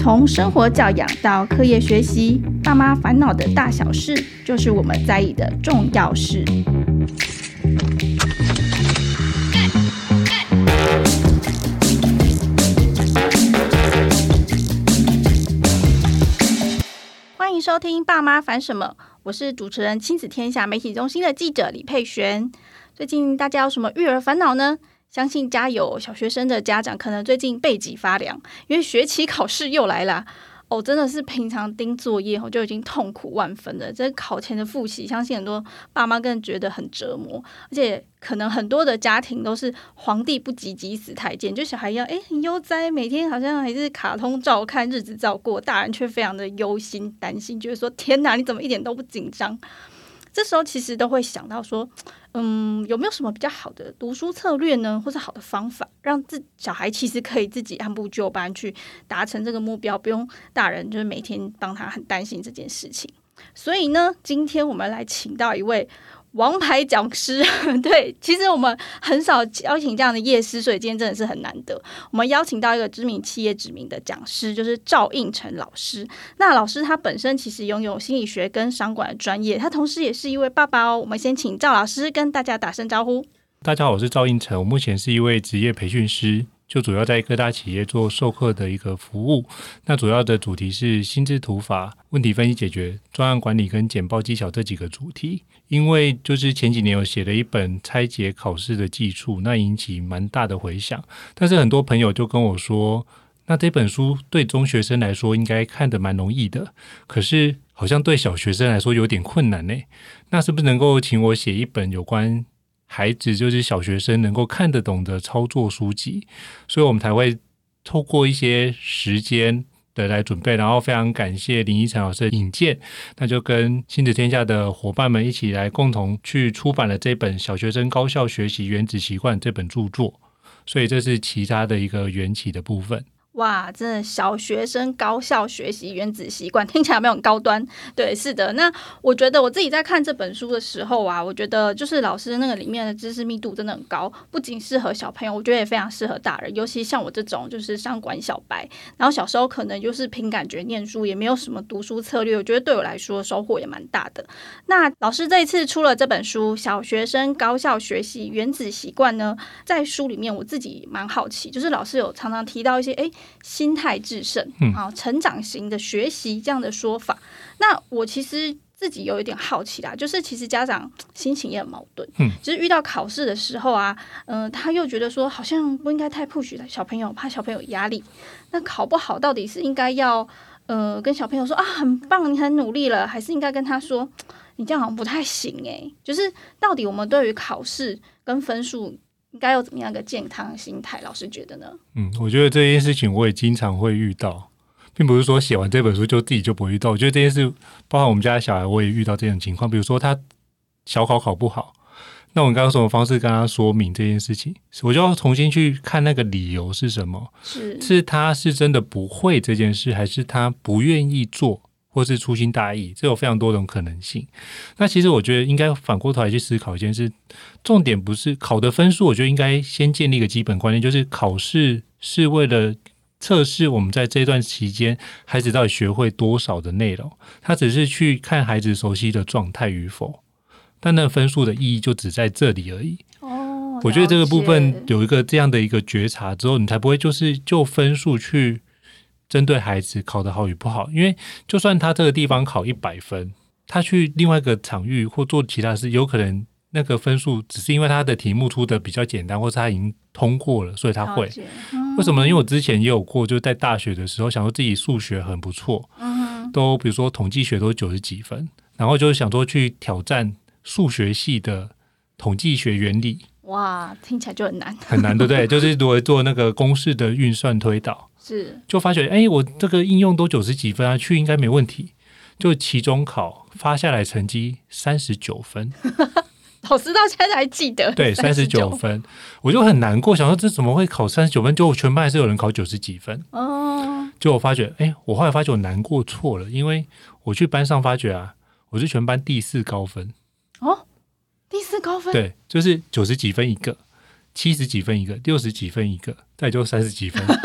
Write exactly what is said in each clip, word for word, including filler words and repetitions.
从生活教养到课业学习，爸妈烦恼的大小事，就是我们在意的重要事。欢迎收听《爸妈烦什么》，我是主持人亲子天下媒体中心的记者李佩璇。最近大家有什么育儿烦恼呢？相信家有小学生的家长可能最近背脊发凉，因为学期考试又来啦。哦，真的是平常盯作业就已经痛苦万分了，这考前的复习相信很多爸妈更觉得很折磨，而且可能很多的家庭都是皇帝不急急死太监，就小孩一样诶很悠哉，每天好像还是卡通照看，日子照过，大人却非常的忧心担心，觉得说天哪，你怎么一点都不紧张。这时候其实都会想到说嗯，有没有什么比较好的读书策略呢，或是好的方法，让自小孩其实可以自己按部就班去达成这个目标，不用大人就是每天帮他很担心这件事情。所以呢，今天我们来请到一位王牌讲师对，其实我们很少邀请这样的业师，所以今天真的是很难得。我们邀请到一个知名企业知名的讲师，就是赵应成老师。那老师他本身其实拥有心理学跟商管的专业，他同时也是一位爸爸哦。我们先请赵老师跟大家打声招呼。 大家好，我是赵应成，我目前是一位职业培训师，就主要在各大企业做授课的一个服务。那主要的主题是心智图法、问题分析解决、专案管理跟简报技巧这几个主题。因为就是前几年有写了一本拆解考试的技术，那引起蛮大的回响，但是很多朋友就跟我说，那这本书对中学生来说应该看得蛮容易的，可是好像对小学生来说有点困难呢。那是不是能够请我写一本有关孩子就是小学生能够看得懂的操作书籍？所以我们才会透过一些时间的来准备，然后非常感谢林依晨老师的引荐，那就跟亲子天下的伙伴们一起来共同去出版了这本《小学生高效学习原子习惯》这本著作，所以这是其他的一个缘起的部分。 哇，真的小学生高效学习原子习惯听起来有没有很高端？对，是的。那我觉得我自己在看这本书的时候啊，我觉得就是老师那个里面的知识密度真的很高，不仅适合小朋友，我觉得也非常适合大人，尤其像我这种就是商管小白，然后小时候可能就是凭感觉念书，也没有什么读书策略，我觉得对我来说收获也蛮大的。那老师这一次出了这本书《小学生高效学习原子习惯》呢，在书里面我自己蛮好奇，就是老师有常常提到一些诶心态致胜、嗯、成长型的学习这样的说法。那我其实自己有一点好奇啦，就是其实家长心情也很矛盾、嗯、就是遇到考试的时候啊、呃，他又觉得说好像不应该太 push 小朋友，怕小朋友有压力。那考不好到底是应该要呃跟小朋友说啊很棒你很努力了，还是应该跟他说你这样好像不太行欸？就是到底我们对于考试跟分数应该有怎么样一个健康的心态？老师觉得呢？嗯， 我觉得这件事情我也经常会遇到，并不是说写完这本书就自己就不会遇到。我觉得这件事包含我们家的小孩，我也遇到这种情况。比如说他小考考不好，那我们该用什么方式跟他说明这件事情？我就要重新去看那个理由是什么，是是他是真的不会这件事，还是他不愿意做，或是粗心大意，这有非常多种可能性。那其实我觉得应该反过头来去思考一件事，重点不是考的分数，我觉得应该先建立一个基本观念，就是考试是为了测试我们在这段期间孩子到底学会多少的内容，他只是去看孩子熟悉的状态与否，但那分数的意义就只在这里而已。哦，我觉得这个部分有一个这样的一个觉察之后，你才不会就是就分数去针对孩子考得好与不好。因为就算他这个地方考一百分，他去另外一个场域或做其他事，有可能那个分数只是因为他的题目出的比较简单，或是他已经通过了，所以他会、嗯、为什么呢？因为我之前也有过，就在大学的时候想说自己数学很不错、嗯、都比如说统计学都九十几分，然后就想说去挑战数学系的统计学原理。 哇，听起来就很难很难，对不对？就是如何做那个公式的运算推导，是就发觉哎，我这个应用都九十几分啊，去应该没问题。就期中考发下来成绩三十九分老师到现在还记得， 对，三十九分，我就很难过，想说这怎么会考三十九分？就全班还是有人考九十几分哦。就我发觉，哎，我后来发觉我难过错了，因为我去班上发觉啊，我是全班第四高分哦，第四高分， 对，就是九十几分一个，七十几分一个，六十几分一个，再就三十几分。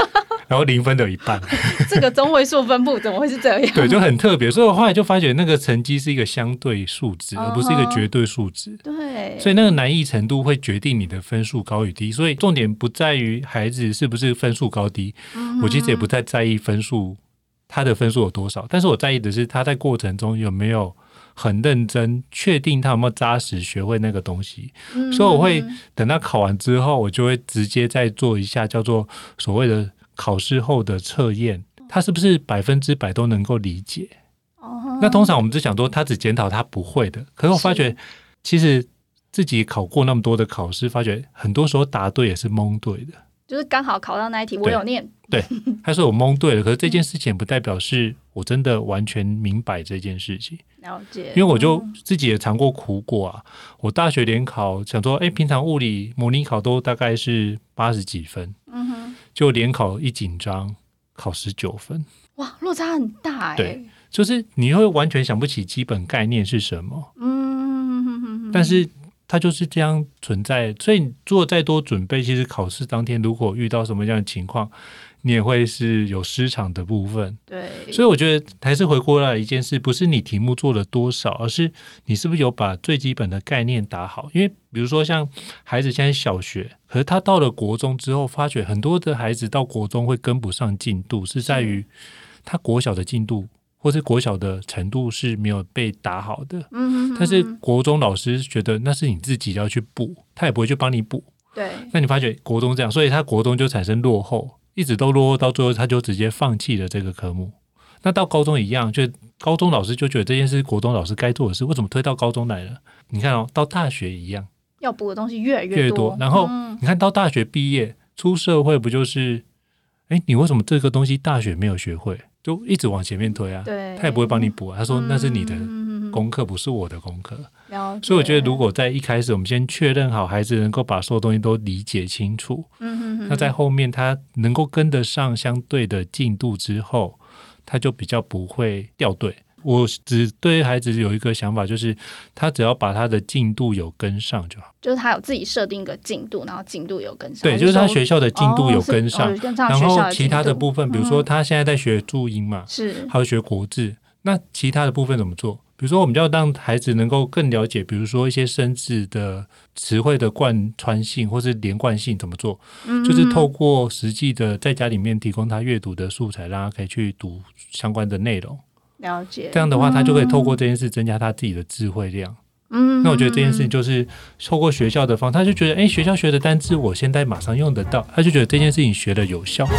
然后零分的有一半。 这个中位数分布怎么会是这样？ 对，就很特别。所以我后来就发觉那个成绩是一个相对数值，而不是一个绝对数值。 对， 所以那个难易程度会决定你的分数高与低。所以重点不在于孩子是不是分数高低，嗯、我其实也不太在意分数，他的分数有多少，但是我在意的是他在过程中有没有很认真，确定他有没有扎实学会那个东西。嗯、所以我会等他考完之后，我就会直接再做一下叫做所谓的考试后的测验，他是不是百分之百都能够理解。哦、那通常我们只想说他只检讨他不会的，可是我发觉其实自己考过那么多的考试，发觉很多时候答对也是蒙对的， 就是刚好考到那一题我有念， 对，他说我蒙对了，可是这件事情不代表是我真的完全明白这件事情。 了解， 因为我就自己也尝过苦果啊。我大学联考想说，哎，平常物理模拟考都大概是八十几分，嗯哼，就联考一紧张，考十九分，哇， 落差很大哎、欸。 对，就是你会完全想不起基本概念是什么，嗯哼哼哼，但是它就是这样存在，所以你做再多准备，其实考试当天如果遇到什么样的情况，你也会是有失常的部分。 对， 所以我觉得还是回过来一件事，不是你题目做了多少，而是你是不是有把最基本的概念打好。因为比如说像孩子现在小学，可是他到了国中之后，发觉很多的孩子到国中会跟不上进度，是在于他国小的进度或是国小的程度是没有被打好的。嗯，但是国中老师觉得那是你自己要去补，他也不会去帮你补。 对， 那你发觉国中这样，所以他国中就产生落后。一直都落后到最后，他就直接放弃了这个科目。那到高中一样，就高中老师就觉得这件事是国中老师该做的事，为什么推到高中来了？你看哦，到大学一样， 要补的东西越来越多。 越多然后、嗯、你看到大学毕业出社会，不就是哎，你为什么这个东西大学没有学会？就一直往前面推啊。 对， 他也不会帮你补啊。他说那是你的功课，不是我的功课。所以我觉得如果在一开始我们先确认好孩子能够把所有东西都理解清楚，嗯哼哼，那在后面他能够跟得上相对的进度之后，他就比较不会掉队。我只对孩子有一个想法，就是他只要把他的进度有跟上就好， 就是他有自己设定一个进度，然后进度有跟上。 对，就是他学校的进度有跟上， 哦哦、跟上然后其他的部分、嗯、比如说他现在在学注音嘛， 是还有学国字，那其他的部分怎么做？比如说我们就要让孩子能够更了解，比如说一些生字的词汇的贯穿性或是连贯性怎么做、嗯、就是透过实际的在家里面提供他阅读的素材，让他可以去读相关的内容。 了解， 这样的话他就可以透过这件事增加他自己的智慧量。嗯，那我觉得这件事就是透过学校的方，他就觉得哎，学校学的单字我现在马上用得到，他就觉得这件事情学的有效。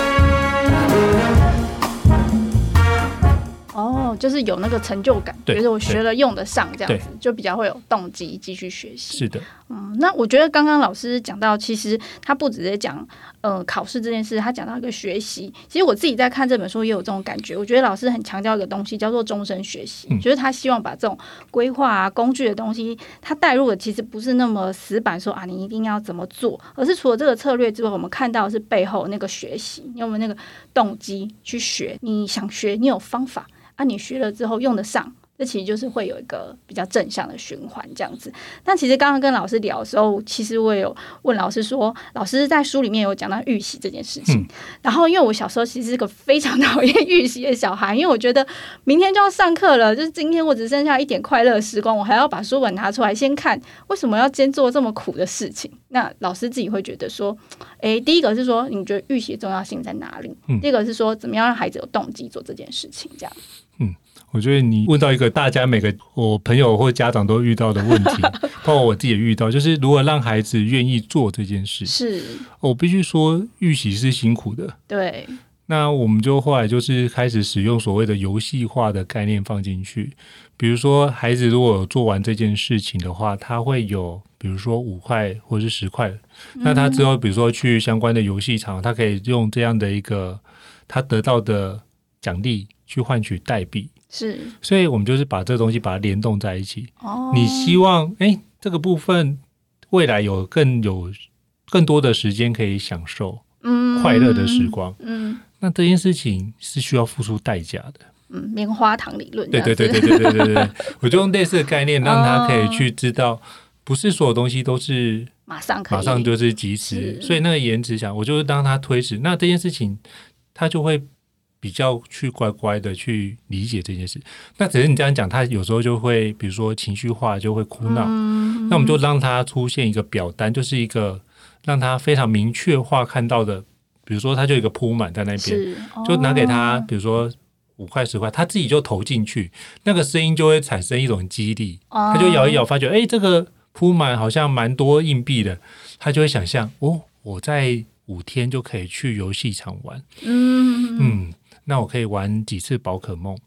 哦，就是有那个成就感，觉得我学了用得上，这样子就比较会有动机继续学习。 是的， 嗯，那我觉得刚刚老师讲到，其实他不只是讲呃考试这件事，他讲到一个学习。其实我自己在看这本书也有这种感觉，我觉得老师很强调一个东西叫做终身学习，嗯、就是他希望把这种规划啊、工具的东西，他带入的其实不是那么死板说啊，你一定要怎么做，而是除了这个策略之外，我们看到的是背后那个学习，你有没有那个动机去学？你想学，你有方法。啊，你学了之后用得上，这其实就是会有一个比较正向的循环这样子。但其实刚刚跟老师聊的时候，其实我也有问老师说，老师在书里面有讲到预习这件事情、嗯、然后因为我小时候其实是个非常讨厌预习的小孩，因为我觉得明天就要上课了，就是今天我只剩下一点快乐时光，我还要把书本拿出来先看，为什么要先做这么苦的事情？那老师自己会觉得说，诶，第一个是说你觉得预习的重要性在哪里、嗯、第二个是说怎么样让孩子有动机做这件事情这样。 嗯，我觉得你问到一个大家每个我朋友或家长都遇到的问题包括我自己也遇到，就是如何让孩子愿意做这件事。 是， 我必须说预习是辛苦的。 对， 那我们就后来就是开始使用所谓的游戏化的概念放进去，比如说孩子如果有做完这件事情的话，他会有比如说五块或是十块、嗯、那他之后比如说去相关的游戏场，他可以用这样的一个他得到的奖励去换取代币。 是， 所以我们就是把这个东西把它联动在一起、哦、你希望哎这个部分未来有更有更多的时间可以享受快乐的时光，嗯嗯，那这件事情是需要付出代价的。 嗯，棉花糖理论。 对对对对对对对对我就用类似的概念让他可以去知道不是所有东西都是马上可以马上就是及时，所以那个延迟想我就是当他推迟，那这件事情他就会比较去乖乖的去理解这件事。那只是你这样讲，他有时候就会比如说情绪化，就会哭闹、嗯、那我们就让他出现一个表单，就是一个让他非常明确化看到的，比如说他就有一个铺满在那边、哦、就拿给他比如说五块十块，他自己就投进去，那个声音就会产生一种激励、哦、他就摇一摇发觉哎，这个铺满好像蛮多硬币的，他就会想象哦，我在五天就可以去游戏场玩，嗯嗯，那我可以玩几次宝可梦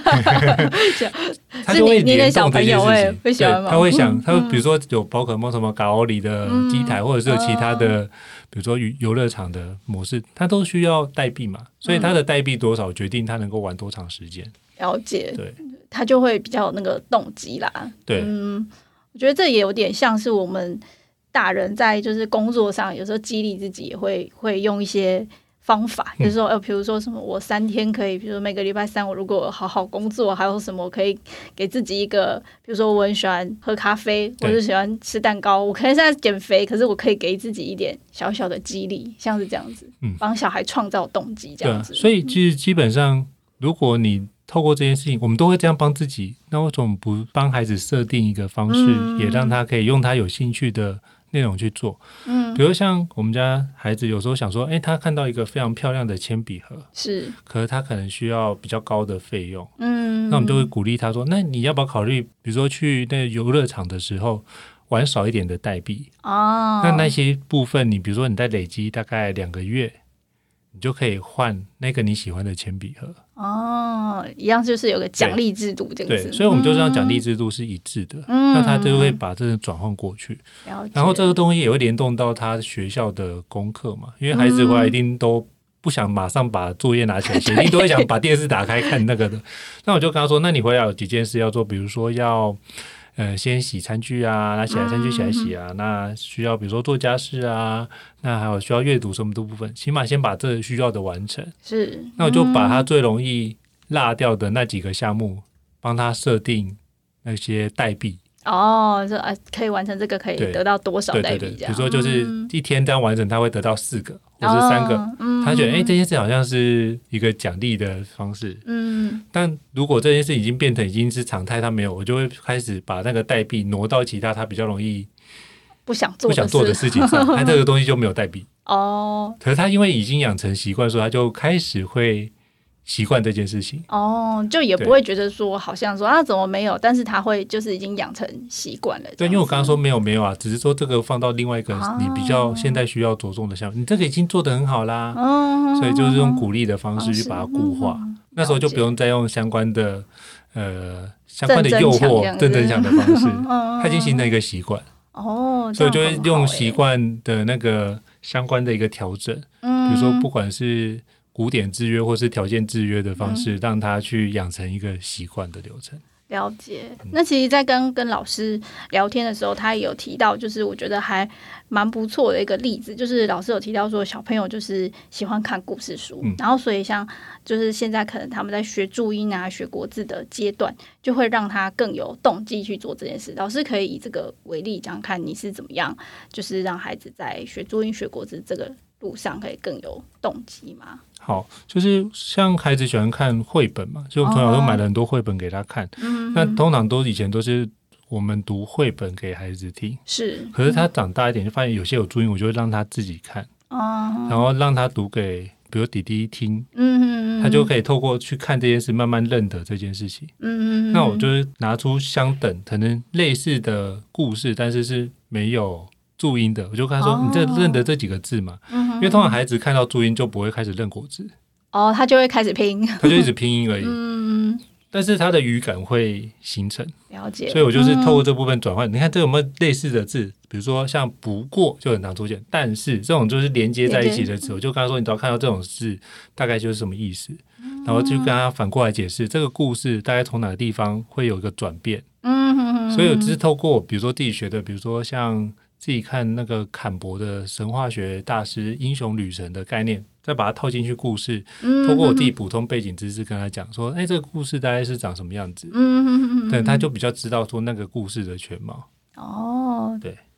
他就会联动这件事情，会喜欢吗？他会想，他会比如说有宝可梦什么卡欧里的机台、嗯、或者是有其他的、嗯、比如说游乐场的模式，他都需要代币嘛，所以他的代币多少决定他能够玩多长时间。 了解， 对， 他就会比较有那个动机啦。 对， 嗯，我觉得这也有点像是我们大人在就是工作上有时候激励自己也会会用一些方法，就是说呃，比如说什么我三天可以，比如说每个礼拜三我如果好好工作，还有什么我可以给自己一个，比如说我很喜欢喝咖啡，或者喜欢吃蛋糕，我可能现在减肥，可是我可以给自己一点小小的激励，像是这样子，嗯，帮小孩创造动机这样子。 所以其实基本上如果你透过这件事情，我们都会这样帮自己，那为什么不帮孩子设定一个方式、嗯、也让他可以用他有兴趣的内容去做，嗯，比如像我们家孩子有时候想说，哎，他看到一个非常漂亮的铅笔盒，是，可是他可能需要比较高的费用，嗯，那我们就会鼓励他说，那你要不要考虑，比如说去那个游乐场的时候玩少一点的代币，哦，那那些部分你比如说你在累积大概两个月，你就可以换那个你喜欢的铅笔盒。 哦，一样就是有个奖励制度这个对，所以我们就让奖励制度是一致的、嗯、那他就会把这个转换过去，然后这个东西也会联动到他学校的功课嘛，因为孩子回来一定都不想马上把作业拿起来写、嗯、一定都会想把电视打开看那个的那我就跟他说，那你回来有几件事要做，比如说要呃，先洗餐具啊，那洗来餐具起来洗啊、嗯、那需要比如说做家事啊，那还有需要阅读什么的部分，起码先把这需要的完成，是，那我就把他最容易落掉的那几个项目帮他设定那些代币， 哦，就啊，可以完成这个可以得到多少代币这样，对对对， 比如说就是一天这样完成他会得到四个、嗯、或是三个、哦嗯、他觉得哎，这件事好像是一个奖励的方式，嗯，但如果这件事已经变成已经是常态，他没有，我就会开始把那个代币挪到其他他比较容易不想做的事不想做的事情上他这个东西就没有代币哦，可是他因为已经养成习惯，所以他就开始会习惯这件事情哦， 就也不会觉得说好像说啊怎么没有，但是他会就是已经养成习惯了。 对，因为我刚刚说没有没有啊，只是说这个放到另外一个你比较现在需要着重的项目、哦、你这个已经做得很好啦、哦、所以就是用鼓励的方式去把它固化、嗯、那时候就不用再用相关的呃相关的诱惑正增强的方式它已经形成一个习惯哦，所以就会用习惯的那个相关的一个调整、嗯、比如说不管是古典制约或是条件制约的方式、嗯、让他去养成一个习惯的流程。 了解。那其实在跟跟老师聊天的时候，他也有提到就是我觉得还蛮不错的一个例子，就是老师有提到说小朋友就是喜欢看故事书、嗯、然后所以像就是现在可能他们在学注音啊学国字的阶段，就会让他更有动机去做这件事。老师可以以这个为例讲看你是怎么样就是让孩子在学注音学国字这个路上可以更有动机吗？ 好，就是像孩子喜欢看绘本嘛，所以我从小都买了很多绘本给他看、哦、那通常都以前都是我们读绘本给孩子听，是，可是他长大一点就发现有些有注音，我就会让他自己看、哦、然后让他读给比如弟弟听，嗯，他就可以透过去看这件事慢慢认得这件事情，嗯，那我就是拿出相等可能类似的故事，但是是没有注音的，我就跟他说、哦、你这认得这几个字嘛、嗯、因为通常孩子看到注音就不会开始认国字哦，他就会开始拼， 他就一直拼音而已、嗯、但是他的语感会形成， 了解， 所以我就是透过这部分转换、嗯、你看这有没有类似的字，比如说像不过就很常出现，但是这种就是连接在一起的词，我就跟他说你只要看到这种字大概就是什么意思、嗯、然后就跟他反过来解释这个故事大概从哪个地方会有一个转变，嗯，所以我只是透过比如说自己学的，比如说像自己看那个坎伯的神话学大师英雄旅程的概念，再把它套进去故事，透过我自己补充背景知識跟他讲说哎，这个故事大概是长什么样子，嗯，对，他就比较知道说那个故事的全貌。哦，对，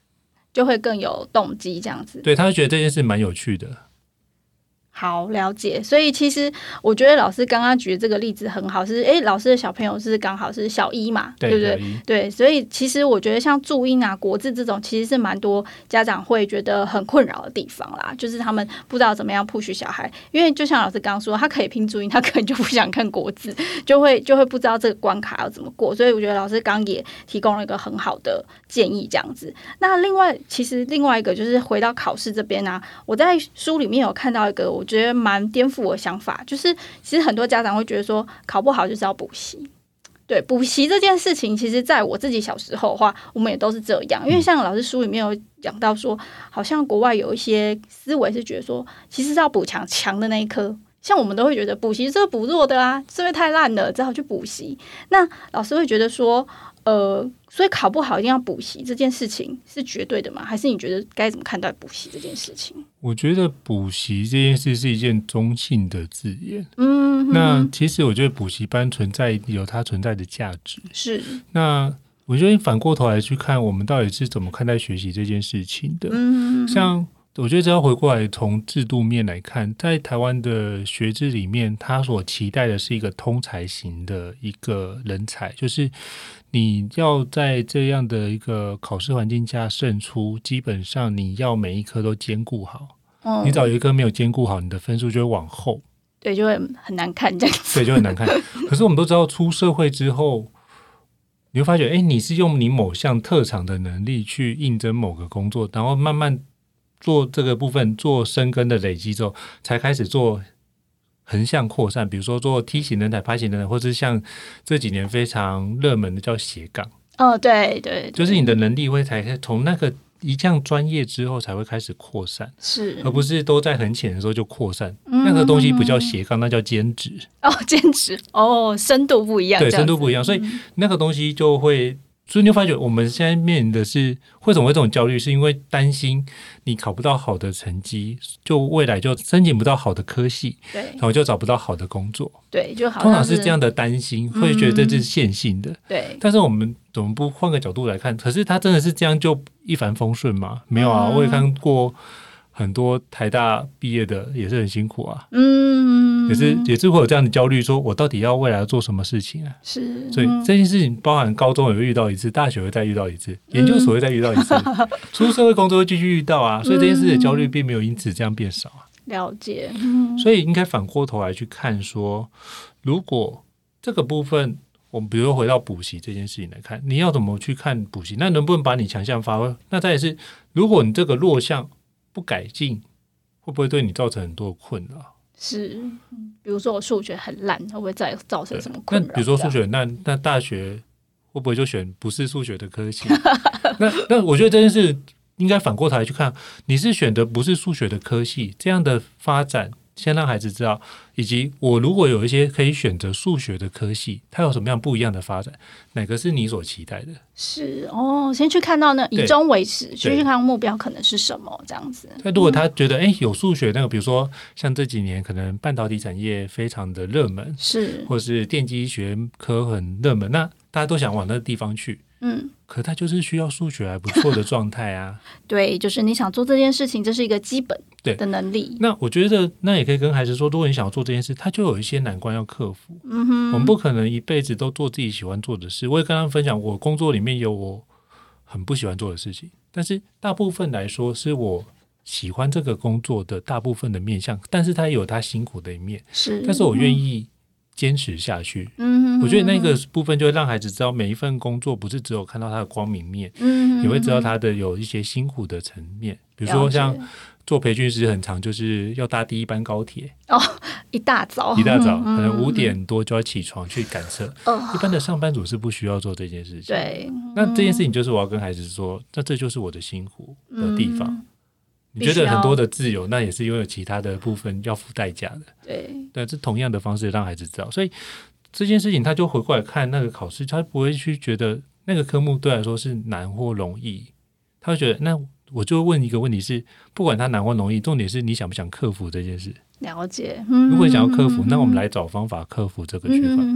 就会更有动机这样子。 对，他会觉得这件事蛮有趣的。 好，了解。所以其实我觉得老师刚刚举的这个例子很好，是诶老师的小朋友是刚好是小一嘛， 对, 对不对？对，所以其实我觉得像注音啊、国字这种，其实是蛮多家长会觉得很困扰的地方啦，就是他们不知道怎么样 push 小孩，因为就像老师刚刚说，他可以拼注音，他可能就不想看国字，就会就会不知道这个关卡要怎么过。所以我觉得老师刚也提供了一个很好的建议，这样子。那另外，其实另外一个就是回到考试这边啊，我在书里面有看到一个我觉得蛮颠覆我的想法，就是其实很多家长会觉得说考不好就是要补习。对，补习这件事情，其实在我自己小时候的话，我们也都是这样。因为像老师书里面有讲到说，好像国外有一些思维是觉得说，其实是要补强强的那一科。像我们都会觉得补习这个补弱的啊，是不是太烂了，只好去补习。那老师会觉得说，呃，所以考不好一定要补习这件事情是绝对的吗？还是你觉得该怎么看待补习这件事情？ 我觉得补习这件事是一件中性的字眼。 嗯， 那其实我觉得补习班存在有它存在的价值。 是。那我觉得反过头来去看，我们到底是怎么看待学习这件事情的？嗯，像我觉得这要回过来从制度面来看，在台湾的学制里面，他所期待的是一个通才型的一个人才，就是你要在这样的一个考试环境下胜出，基本上你要每一科都兼顾好。嗯，你找有一科没有兼顾好，你的分数就会往后， 对，就会很难看这样子。 对，就很难看。可是我们都知道，出社会之后，你会发觉，哎，你是用你某项特长的能力去应征某个工作，然后慢慢做这个部分，做深耕的累积之后，才开始做横向扩散，比如说做梯形人才、爬行人才，或是像这几年非常热门的叫斜杠。 哦，对 对, 对， 就是你的能力会才从那个一项专业之后才会开始扩散， 是， 而不是都在很浅的时候就扩散。嗯、那个东西不叫斜杠，那叫兼职。 哦，兼职哦，深度不一样， 对，深度不一样，所以那个东西就会。所以你会发觉我们现在面临的是为什么会这种焦虑，是因为担心你考不到好的成绩，就未来就申请不到好的科系， 对， 然后就找不到好的工作。 对，就好像是通常是这样的担心，会觉得这是线性的。 嗯、对， 但是我们怎么不换个角度来看？可是他真的是这样就一帆风顺吗？没有啊，嗯、我也看过很多台大毕业的也是很辛苦啊。嗯，也是也是会有这样的焦虑，说我到底要未来要做什么事情啊？ 是， 所以这件事情包含高中也会遇到一次，大学会再遇到一次，研究所会再遇到一次，嗯、出社会工作会继续遇到啊。所以这件事的焦虑并没有因此这样变少啊。 了解，嗯、 所以应该反过头来去看说，如果这个部分，我们比如说回到补习这件事情来看，你要怎么去看补习？那能不能把你强项发挥？那再来是，如果你这个弱项不改进，会不会对你造成很多的困扰？ 是，比如说我数学很烂，会不会再造成什么困扰？ 那比如说数学，那那大学会不会就选不是数学的科系？那那我觉得这件事应该反过头来去看，你是选的不是数学的科系，这样的发展先让孩子知道，以及我如果有一些可以选择数学的科系，它有什么样不一样的发展，哪个是你所期待的？ 是哦，先去看到呢，以终为始，去去看目标可能是什么这样子。 那如果他觉得哎、嗯、有数学那个，比如说像这几年可能半导体产业非常的热门， 是， 或是电机学科很热门，那大家都想往那个地方去。 嗯， 可他就是需要数学还不错的状态啊。 对，就是你想做这件事情，这是一个基本的能力。 那我觉得那也可以跟孩子说，如果你想要做这件事，他就有一些难关要克服。 嗯哼， 我们不可能一辈子都做自己喜欢做的事。我也跟他们分享，我工作里面有我很不喜欢做的事情，但是大部分来说是我喜欢这个工作的大部分的面向，但是他也有他辛苦的一面， 是， 但是我愿意坚持下去。 嗯， 我觉得那个部分就会让孩子知道，每一份工作不是只有看到他的光明面，嗯，也会知道他的有一些辛苦的层面。比如说像做培训师很常就是要搭第一班高铁哦，一大早一大早、嗯、可能五点多就要起床去赶车、哦、一般的上班族是不需要做这件事情。 对， 那这件事情就是我要跟孩子说，那这就是我的辛苦的地方、嗯、你觉得很多的自由，那也是因为有其他的部分要付代价的。 对， 但是同样的方式让孩子知道，所以这件事情他就回过来看那个考试，他不会去觉得那个科目对来说是难或容易，他会觉得那我就问一个问题是，不管它难或容易，重点是你想不想克服这件事。 了解、 嗯、如果你想要克服、嗯、那我们来找方法克服这个区块、嗯、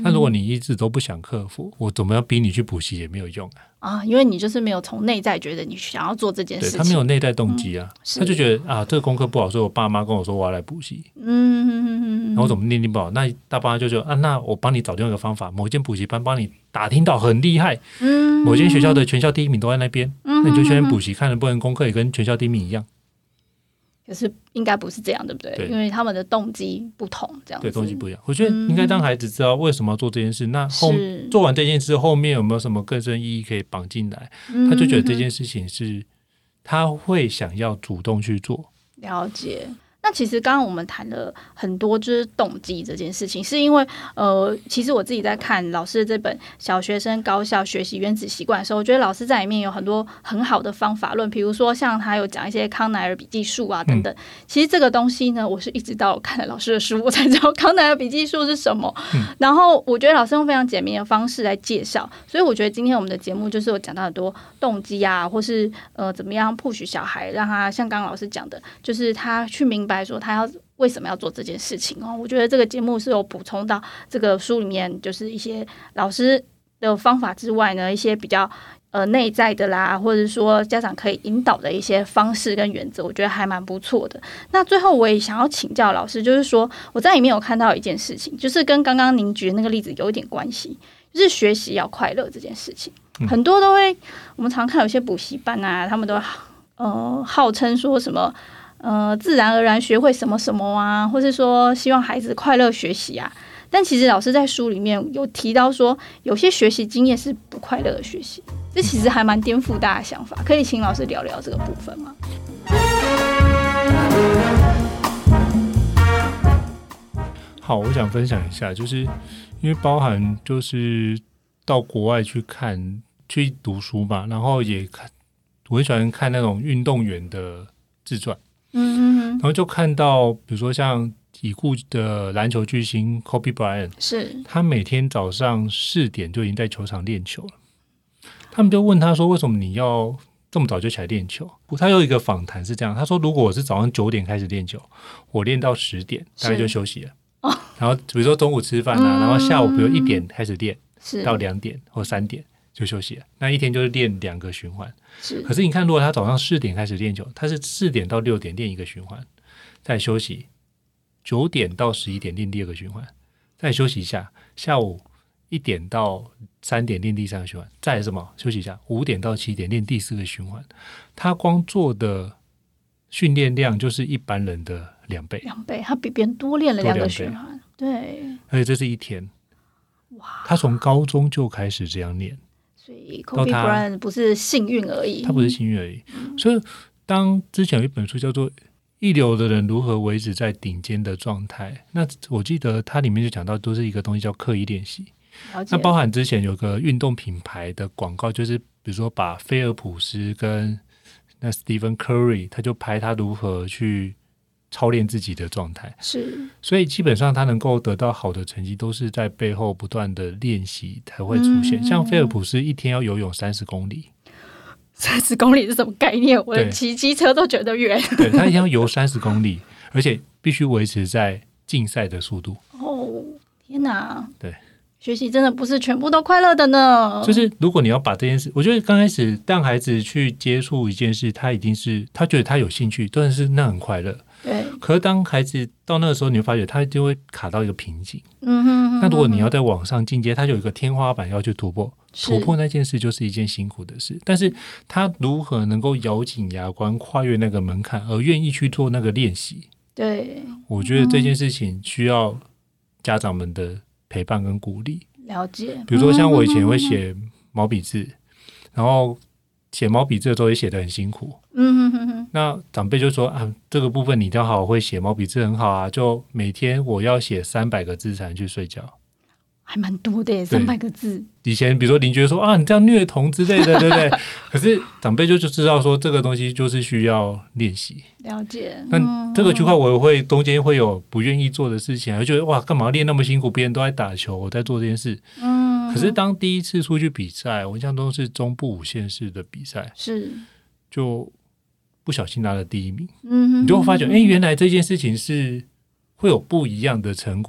那如果你一直都不想克服，我怎么样逼你去补习也没有用啊。 啊，因为你就是没有从内在觉得你想要做这件事情， 对，他没有内在动机啊， 嗯、 他就觉得啊，这个功课不好，所以我爸妈跟我说我要来补习，嗯，然后我怎么念念不好，那大爸妈就说啊，那我帮你找另外一个方法，某一间补习班帮你打听到很厉害，嗯，某间学校的全校第一名都在那边，嗯，那你就去那边补习，看能不能功课也跟全校第一名一样。 可是应该不是这样，对不对？对，因为他们的动机不同，这样子。 对，动机不一样。我觉得应该让孩子知道为什么要做这件事。嗯、那后做完这件事后面有没有什么更深意义可以绑进来？嗯、他就觉得这件事情是他会想要主动去做。 了解。那其实刚刚我们谈了很多，就是动机这件事情，是因为呃，其实我自己在看老师的这本《小学生高效学习原子习惯》的时候，我觉得老师在里面有很多很好的方法论，比如说像他有讲一些康奈尔笔记术啊等等。嗯、其实这个东西呢，我是一直到我看了老师的书，我才知道康奈尔笔记术是什么。嗯、然后我觉得老师用非常简明的方式来介绍，所以我觉得今天我们的节目就是有讲到很多动机啊，或是呃怎么样 push 小孩，让他像刚刚老师讲的，就是他去明白说他要为什么要做这件事情哦。我觉得这个节目是有补充到这个书里面，就是一些老师的方法之外呢，一些比较呃内在的啦，或者说家长可以引导的一些方式跟原则，我觉得还蛮不错的。那最后我也想要请教老师，就是说我在里面有看到一件事情，就是跟刚刚您举的那个例子有一点关系，就是学习要快乐这件事情。嗯、很多都会，我们常看有些补习班啊，他们都呃号称说什么。呃，自然而然学会什么什么啊，或是说希望孩子快乐学习啊。但其实老师在书里面有提到说，有些学习经验是不快乐的学习，这其实还蛮颠覆大家的想法。可以请老师聊聊这个部分吗？ 好，我想分享一下，就是因为包含就是到国外去看去读书嘛，然后也看，我很喜欢看那种运动员的自传。嗯，然后就看到比如说像已故的篮球巨星 Kobe Bryant， 是他每天早上四点就已经在球场练球了。他们就问他说为什么你要这么早就起来练球。他有一个访谈是这样，他说如果我是早上九点开始练球，我练到十点大概就休息了、哦、然后比如说中午吃饭啊、嗯、然后下午比如一点开始练到两点或三点就休息了，那一天就是练两个循环。是，可是你看如果他早上四点开始练球，他是四点到六点练一个循环，再休息，九点到十一点练第二个循环，再休息一下，下午一点到三点练第三个循环，再什么休息一下，五点到七点练第四个循环。他光做的训练量就是一般人的两倍， 两倍，他比别人多练了两个循环。对， 而且这是一天。哇，他从高中就开始这样练。 所以 Kobe Bryant 不是幸运而已， 他不是幸运而已、嗯、所以当之前有一本书叫做一流的人如何维持在顶尖的状态，那我记得它里面就讲到都是一个东西叫刻意练习。那包含之前有个运动品牌的广告，就是比如说把菲尔普斯跟那 Stephen Curry 他就拍他如何去操练自己的状态，是，所以基本上他能够得到好的成绩都是在背后不断的练习才会出现、嗯、像菲尔普斯一天要游泳三十公里， 三十公里是什么概念？我骑机车都觉得远。 对，他一天要游三十公里，而且必须维持在竞赛的速度。 哦，天哪！ 对， 学习真的不是全部都快乐的呢。 就是如果你要把这件事，我觉得刚开始让孩子去接触一件事，他一定是他觉得他有兴趣，但是那很快乐。对，可是当孩子到那个时候，你会发觉他就会卡到一个瓶颈。嗯哼哼哼，那如果你要在往上进阶，他就有一个天花板要去突破，突破那件事就是一件辛苦的事。但是他如何能够咬紧牙关跨越那个门槛，而愿意去做那个练习？对，我觉得这件事情需要家长们的陪伴跟鼓励。 了解。 比如说像我以前会写毛笔字，然后写毛笔字的时候也写得很辛苦。嗯哼哼哼，那长辈就说啊，这个部分你刚好会写毛笔字很好啊，就每天我要写三百个字才能去睡觉， 还蛮多的耶，三百个字。 以前比如说邻居说啊，你这样虐童之类的，对不对？可是长辈就就知道说这个东西就是需要练习。 了解。 那这个区块我也会中间会有不愿意做的事情，我觉得哇，干嘛练那么辛苦？别人都在打球，我在做这件事。嗯。可是当第一次出去比赛，我印象中是中部五县市的比赛，是就不小心拿了第一名。嗯哼，你就会发觉，哎，原来这件事情是会有不一样的成果。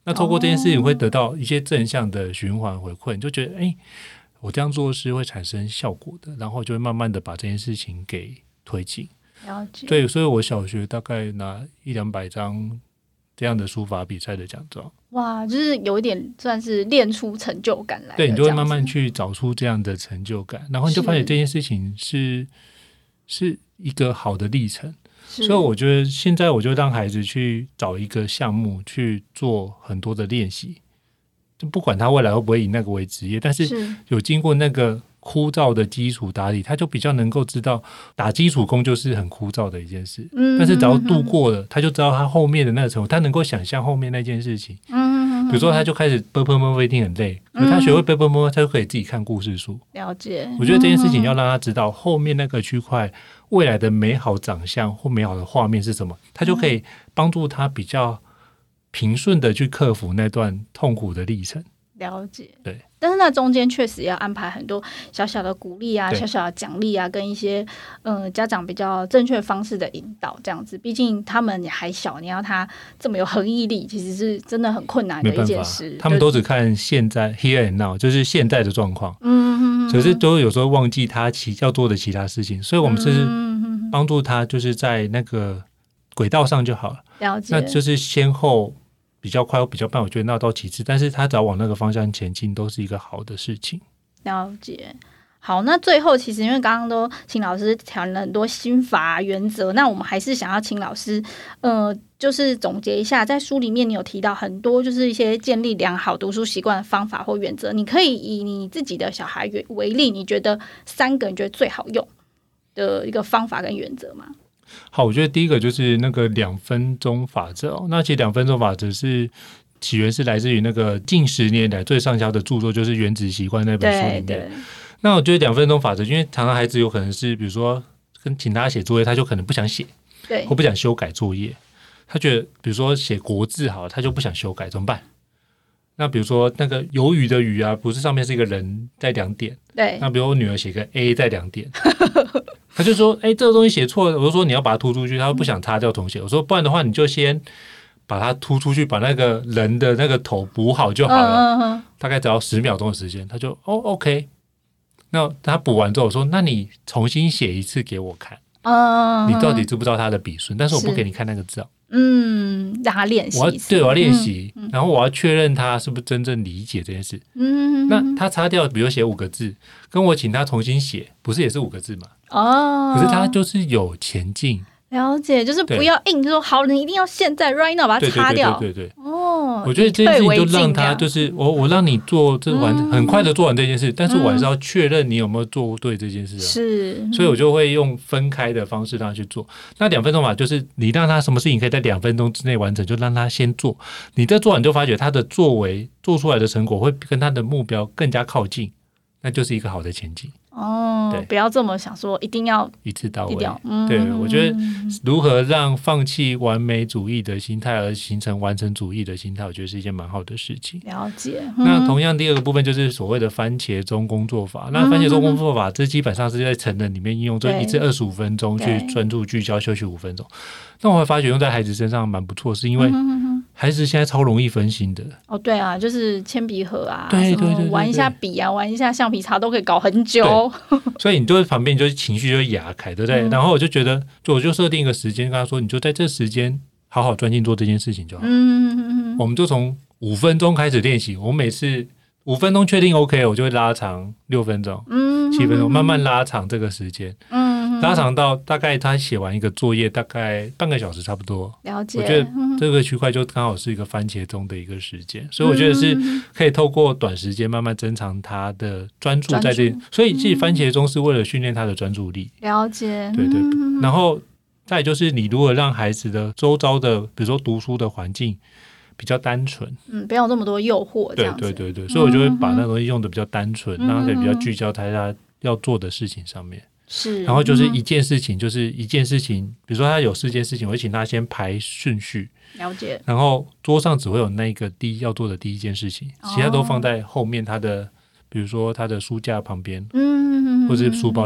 那透过这件事情会得到一些正向的循环回馈，你就觉得哎，我这样做是会产生效果的，然后就会慢慢的把这件事情给推进。 了解。 对，所以我小学大概拿一两百张这样的书法比赛的奖状。 哇，就是有一点算是练出成就感来的。 对，你就会慢慢去找出这样的成就感，然后你就发现这件事情是是一个好的历程。所以我觉得现在我就让孩子去找一个项目去做很多的练习，就不管他未来会不会以那个为职业，但是有经过那个枯燥的基础打理，他就比较能够知道打基础功就是很枯燥的一件事，嗯，但是只要度过了，他就知道他后面的那个程度，他能够想象后面那件事情。嗯，比如说他就开始啵啵啵啵一定很累，可是他学会啵啵啵，他就可以自己看故事书。 了解。 我觉得这件事情要让他知道后面那个区块未来的美好长相或美好的画面是什么，他就可以帮助他比较平顺的去克服那段痛苦的历程。 了解。 对。 但是那中间确实要安排很多小小的鼓励啊，小小的奖励啊，跟一些呃家长比较正确方式的引导，这样子。毕竟他们也还小，你要他这么有恒毅力，其实是真的很困难的一件事。 他们都只看现在 here and now， 就是现在的状况。嗯，可是都有时候忘记他其要做的其他事情，所以我们是帮助他，就是在那个轨道上就好了。 了解。 那就是先后。比较快或比较慢，我觉得那到其次，但是他只要往那个方向前进，都是一个好的事情。 了解。好，那最后其实因为刚刚都请老师谈了很多心法原则，那我们还是想要请老师，呃，就是总结一下，在书里面你有提到很多，就是一些建立良好读书习惯的方法或原则。你可以以你自己的小孩为例，你觉得三个你觉得最好用的一个方法跟原则吗？ 好，我觉得第一个就是那个两分钟法则哦。那其实两分钟法则是起源是来自于那个近十年来最畅销的著作，就是《原子习惯》那本书里面。那我觉得两分钟法则，因为常常孩子有可能是，比如说跟请他写作业，他就可能不想写， 对， 或不想修改作业。他觉得，比如说写国字好了，他就不想修改，怎么办？那比如说那个鱿鱼的鱼啊，不是上面是一个人在两点， 对。 那比如我女儿写个 A 在两点。他就说：“哎、欸，这个东西写错了。”我就说：“你要把它突出去。”他不想擦掉重写。我说：“不然的话，你就先把它突出去，把那个人的那个头补好就好了。嗯嗯嗯”大概只要十秒钟的时间，他就哦 OK。那他补完之后，我说：“那你重新写一次给我看。嗯”你到底知不知道他的笔顺？但是我不给你看那个字。 嗯，让他练习。 我要对，我要练习、嗯嗯，然后我要确认他是不是真正理解这件事。嗯，那他擦掉，比如写五个字，跟我请他重新写，不是也是五个字吗？哦，可是他就是有前进。 了解，就是不要硬说好，你一定要现在 right now 把它擦掉。 对对对对对对。哦，我觉得这件事情就让他就是我我让你做这完、嗯、很快的做完这件事，但是我还是要确认你有没有做对这件事、啊。是，所以我就会用分开的方式让他去做。那两分钟法就是你让他什么事情可以在两分钟之内完成，就让他先做。你在做完就发觉他的作为做出来的成果会跟他的目标更加靠近，那就是一个好的前进。 哦，不要这么想说一定要一次到位。嗯、对，我觉得如何让放弃完美主义的心态而形成完成主义的心态，我觉得是一件蛮好的事情。 了解。嗯、 那同样第二个部分就是所谓的番茄钟工作法。那番茄钟工作法，这基本上是在成人里面应用，就一次二十五分钟去专注聚焦，休息五分钟。那我会发觉用在孩子身上蛮不错，是因为孩子现在超容易分心的。 哦，对啊，就是铅笔盒啊， 对对 对, 对, 对, 对， 玩一下笔啊，玩一下橡皮擦都可以搞很久。 所以你就在旁边，你就情绪就哑开，对不对？嗯、然后我就觉得，就我就设定一个时间，跟他说，你就在这时间好好专心做这件事情就好。嗯嗯嗯。我们就从五分钟开始练习，我每次五分钟确定 OK， 我就会拉长六分钟、嗯、七分钟，慢慢拉长这个时间。嗯。拉长到大概他写完一个作业，大概半个小时差不多。 了解。 我觉得这个区块就刚好是一个番茄钟的一个时间，所以我觉得是可以透过短时间慢慢增长他的专注在这。所以其实番茄钟是为了训练他的专注力。 了解。 对对。然后再来就是你如何让孩子的周遭的，比如说读书的环境比较单纯， 嗯，不要有那么多诱惑。这样子。 对对对对，所以我就会把那东西用的比较单纯，嗯、让他可以比较聚焦在他要做的事情上面。 是， 然后就是一件事情，就是一件事情，比如说他有四件事情，我会请他先排顺序， 了解。 然后桌上只会有那个第一要做的第一件事情，哦、其他都放在后面他的，比如说他的书架旁边，嗯，或者是书包里面。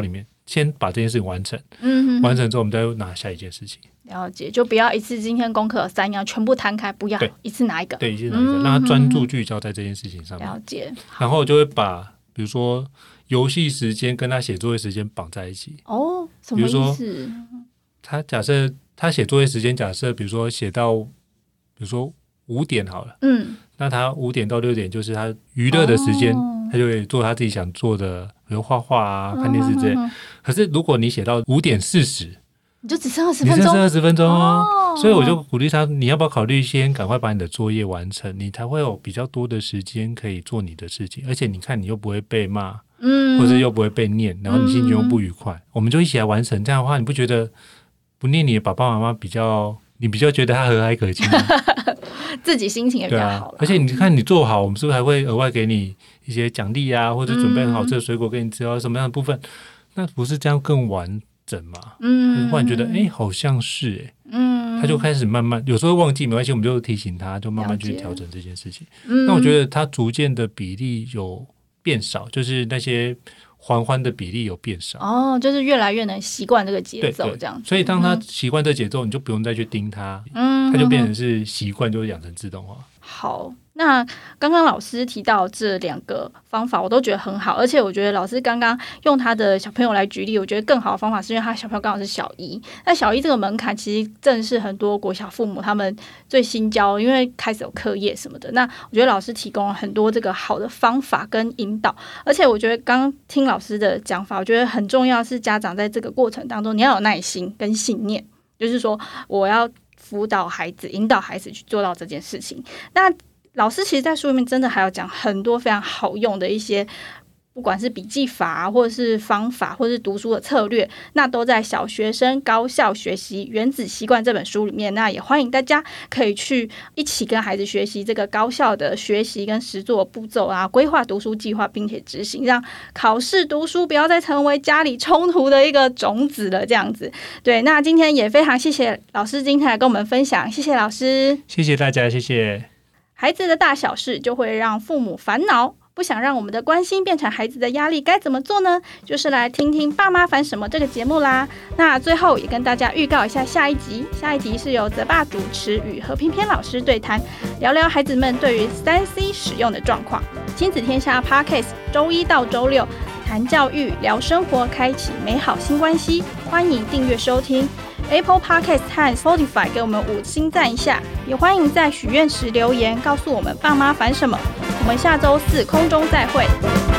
先把这件事情完成， 嗯哼哼， 完成之后我们再拿下一件事情。 了解，就不要一次今天功课有三样全部摊开，不要一次拿一个， 对，一次拿一个，嗯、让他专注聚焦在这件事情上面。 了解， 然后就会把比如说游戏时间跟他写作业时间绑在一起。 哦，什么意思？ 他假设他写作业时间，假设比如说写到比如说五点好了，嗯，那他五点到六点就是他娱乐的时间。哦，他就会做他自己想做的，比如画画啊、看电视之类。嗯、可是如果你写到五点四十， 你就只剩二十分钟， 你剩二十分钟哦。哦，所以我就鼓励他，你要不要考虑先赶快把你的作业完成，你才会有比较多的时间可以做你的事情。而且你看，你又不会被骂，嗯，或者又不会被念，然后你心情又不愉快，嗯、我们就一起来完成。这样的话，你不觉得不念你的爸爸妈妈比较？你比较觉得他和蔼可亲吗？ 自己心情也比较好， 啊、而且你看你做好，我们是不是还会额外给你一些奖励啊，或者准备很好吃的水果给你吃啊，什么样的部分？那不是这样更完整吗？嗯，忽然觉得哎、欸，好像是哎、欸，嗯，他就开始慢慢，有时候忘记没关系，我们就提醒他，就慢慢去调整这件事情。那我觉得他逐渐的比例有变少，就是那些欢欢的比例有变少哦，就是越来越能习惯这个节奏，这样子。 所以当他习惯这个节奏，你就不用再去盯他，嗯，他就变成是习惯，就养成自动化。 好，那刚刚老师提到这两个方法，我都觉得很好，而且我觉得老师刚刚用他的小朋友来举例，我觉得更好的方法是因为他小朋友刚好是小一，那小一这个门槛其实正是很多国小父母他们最新教，因为开始有课业什么的。那我觉得老师提供了很多这个好的方法跟引导，而且我觉得刚刚听老师的讲法，我觉得很重要是家长在这个过程当中你要有耐心跟信念，就是说我要辅导孩子，引导孩子去做到这件事情。那老师其实在书里面真的还有讲很多非常好用的一些不管是笔记法或者是方法或者是读书的策略，那都在小学生高效学习原子习惯这本书里面。那也欢迎大家可以去一起跟孩子学习这个高效的学习跟实作步骤啊，规划读书计划并且执行，让考试读书不要再成为家里冲突的一个种子了，这样子。对，那今天也非常谢谢老师今天来跟我们分享，谢谢老师。 谢谢大家，谢谢。 孩子的大小事就会让父母烦恼，不想让我们的关心变成孩子的压力，该怎么做呢？就是来听听爸妈烦什么这个节目啦。那最后也跟大家预告一下下一集，下一集是由泽爸主持与何翩翩老师对谈，聊聊孩子们对于 三 C 使用的状况。亲子天下 Podcast 周一到周六谈教育，聊生活，开启美好新关系，欢迎订阅收听。Apple Podcast 和 Spotify 给我们五星赞一下，也欢迎在许愿池留言告诉我们爸妈烦什么。我们下周四空中再会。